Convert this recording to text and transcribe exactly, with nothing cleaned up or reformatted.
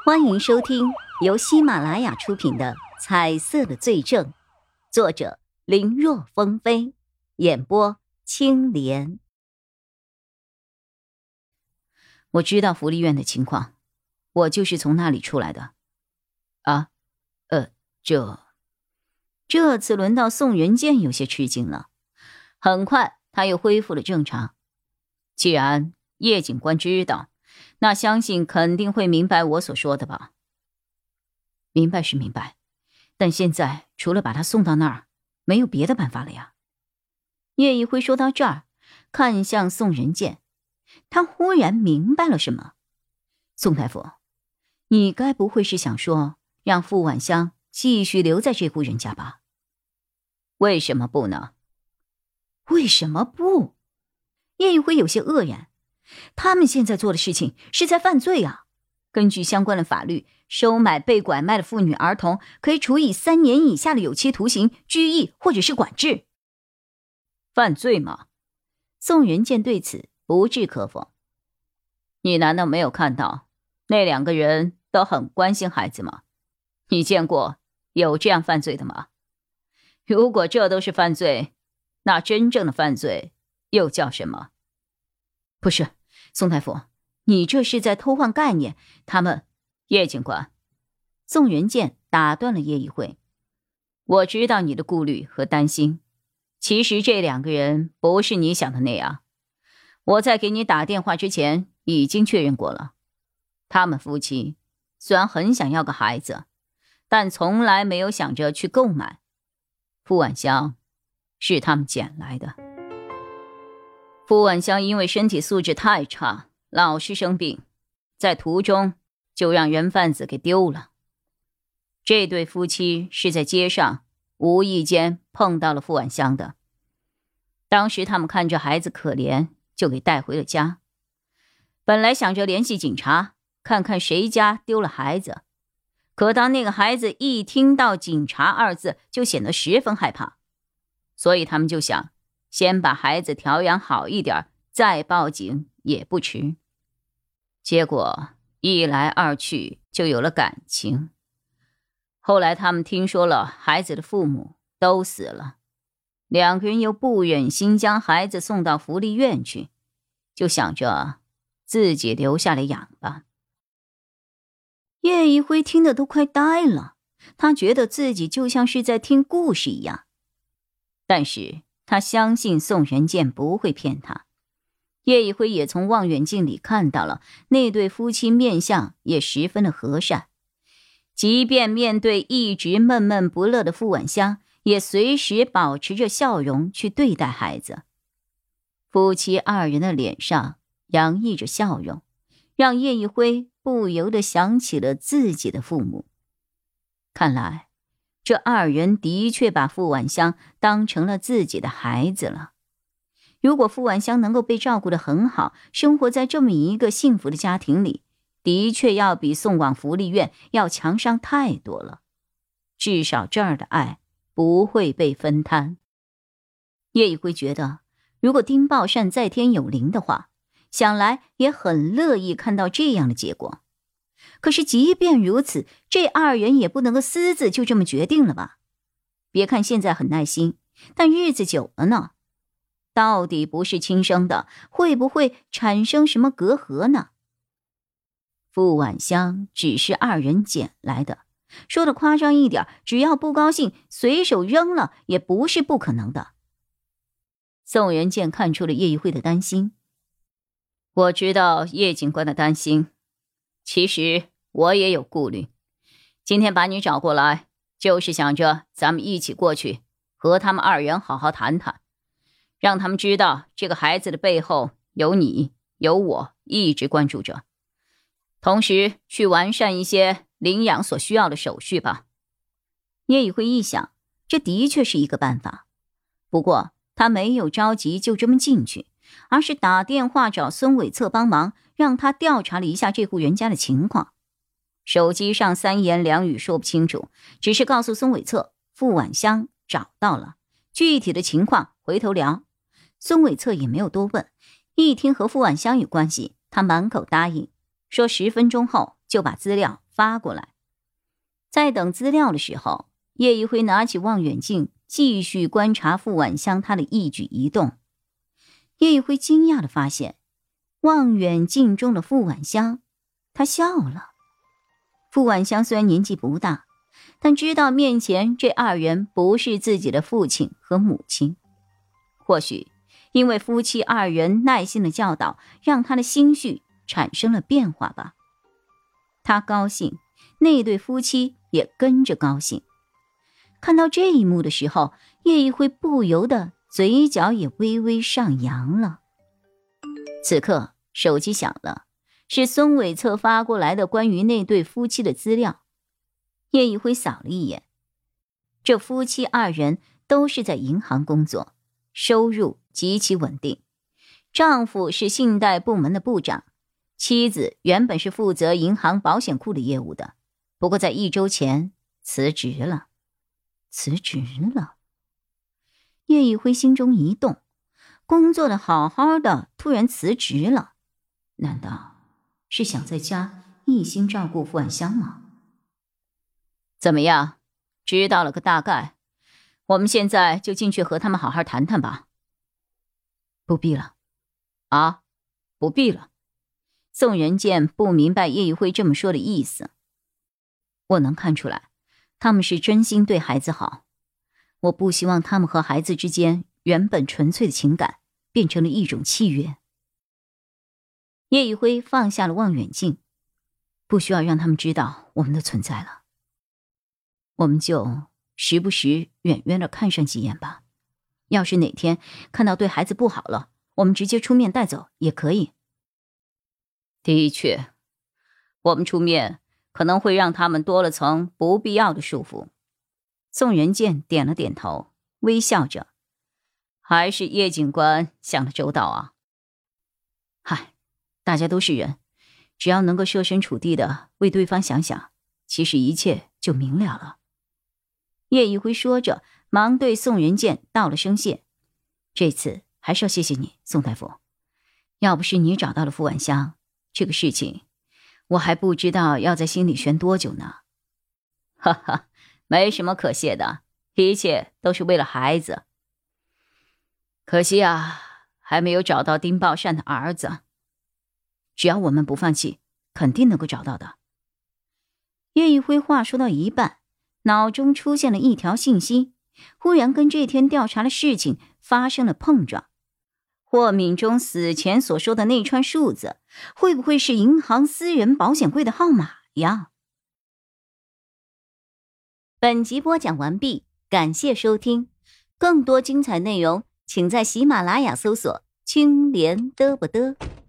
欢迎收听由喜马拉雅出品的《彩色的罪证》，作者林若风飞，演播青莲。我知道福利院的情况，我就是从那里出来的。啊，呃，这……这次轮到宋元剑有些吃惊了，很快他又恢复了正常。既然叶警官知道，那相信肯定会明白我所说的吧。明白是明白，但现在除了把他送到那儿，没有别的办法了呀。叶一辉说到这儿，看向宋仁健，他忽然明白了什么。宋大夫，你该不会是想说让傅婉香继续留在这户人家吧？为什么不呢？为什么不？叶一辉有些愕然。他们现在做的事情是在犯罪啊！根据相关的法律，收买被拐卖的妇女儿童可以处以三年以下的有期徒刑、拘役或者是管制。犯罪吗？宋仁健对此不置可否。你难道没有看到那两个人都很关心孩子吗？你见过有这样犯罪的吗？如果这都是犯罪，那真正的犯罪又叫什么？不是，宋大夫，你这是在偷换概念。他们……叶警官，宋仁健打断了叶一辉。我知道你的顾虑和担心，其实这两个人不是你想的那样。我在给你打电话之前已经确认过了，他们夫妻虽然很想要个孩子，但从来没有想着去购买。傅婉香是他们捡来的。傅婉香因为身体素质太差，老是生病，在途中就让人贩子给丢了。这对夫妻是在街上无意间碰到了傅婉香的，当时他们看着孩子可怜，就给带回了家。本来想着联系警察，看看谁家丢了孩子，可当那个孩子一听到警察二字，就显得十分害怕，所以他们就想先把孩子调养好一点，再报警也不迟。结果一来二去就有了感情。后来他们听说了孩子的父母都死了，两个人又不忍心将孩子送到福利院去，就想着自己留下来养吧。叶一辉听得都快呆了，他觉得自己就像是在听故事一样。但是他相信宋仁健不会骗他。叶一辉也从望远镜里看到了那对夫妻面相也十分的和善，即便面对一直闷闷不乐的傅婉香，也随时保持着笑容去对待孩子。夫妻二人的脸上洋溢着笑容，让叶一辉不由得想起了自己的父母。看来这二人的确把傅婉香当成了自己的孩子了。如果傅婉香能够被照顾得很好，生活在这么一个幸福的家庭里，的确要比送往福利院要强上太多了。至少这儿的爱不会被分摊。叶一辉觉得，如果丁宝善在天有灵的话，想来也很乐意看到这样的结果。可是即便如此，这二人也不能够私自就这么决定了吧？别看现在很耐心，但日子久了呢，到底不是亲生的，会不会产生什么隔阂呢？傅婉香只是二人捡来的，说的夸张一点，只要不高兴，随手扔了也不是不可能的。宋仁健看出了叶一辉的担心。我知道叶警官的担心，其实我也有顾虑。今天把你找过来，就是想着咱们一起过去和他们二人好好谈谈，让他们知道这个孩子的背后有你有我一直关注着，同时去完善一些领养所需要的手续吧。叶一辉一想，这的确是一个办法。不过他没有着急就这么进去，而是打电话找孙伟策帮忙，让他调查了一下这户人家的情况。手机上三言两语说不清楚，只是告诉孙伟策傅婉香找到了，具体的情况回头聊。孙伟策也没有多问，一听和傅婉香有关系，他满口答应，说十分钟后就把资料发过来。在等资料的时候，叶一辉拿起望远镜继续观察傅晚香她的一举一动。叶一辉惊讶地发现，望远镜中的傅晚香，她笑了。傅晚香虽然年纪不大，但知道面前这二人不是自己的父亲和母亲。或许因为夫妻二人耐心的教导，让他的心绪产生了变化吧。他高兴，那对夫妻也跟着高兴。看到这一幕的时候，叶一辉不由得嘴角也微微上扬了。此刻手机响了，是孙伟策发过来的关于那对夫妻的资料。叶一辉扫了一眼，这夫妻二人都是在银行工作，收入极其稳定。丈夫是信贷部门的部长，妻子原本是负责银行保险库的业务的，不过在一周前辞职了。辞职了。叶一辉心中一动，工作的好好的，突然辞职了，难道是想在家一心照顾傅晚香吗？怎么样，知道了个大概，我们现在就进去和他们好好谈谈吧。不必了。啊，不必了。宋仁健不明白叶一辉这么说的意思。我能看出来，他们是真心对孩子好。我不希望他们和孩子之间原本纯粹的情感变成了一种契约。叶一辉放下了望远镜，不需要让他们知道我们的存在了。我们就时不时远远的看上几眼吧。要是哪天看到对孩子不好了，我们直接出面带走也可以。的确，我们出面可能会让他们多了层不必要的束缚。宋仁健点了点头，微笑着。还是叶警官想得周到啊。嗨，大家都是人，只要能够设身处地的为对方想想，其实一切就明了了。叶一辉说着，忙对宋仁健道了声谢。这次还是要谢谢你，宋大夫。要不是你找到了傅晚香，这个事情我还不知道要在心里悬多久呢。哈哈，没什么可谢的，一切都是为了孩子。可惜啊，还没有找到丁宝善的儿子。只要我们不放弃，肯定能够找到的。叶一辉话说到一半，脑中出现了一条信息，忽然跟这天调查的事情发生了碰撞。霍敏中死前所说的那串数字，会不会是银行私人保险柜的号码呀？本集播讲完毕，感谢收听。更多精彩内容，请在喜马拉雅搜索青莲嘚不嘚。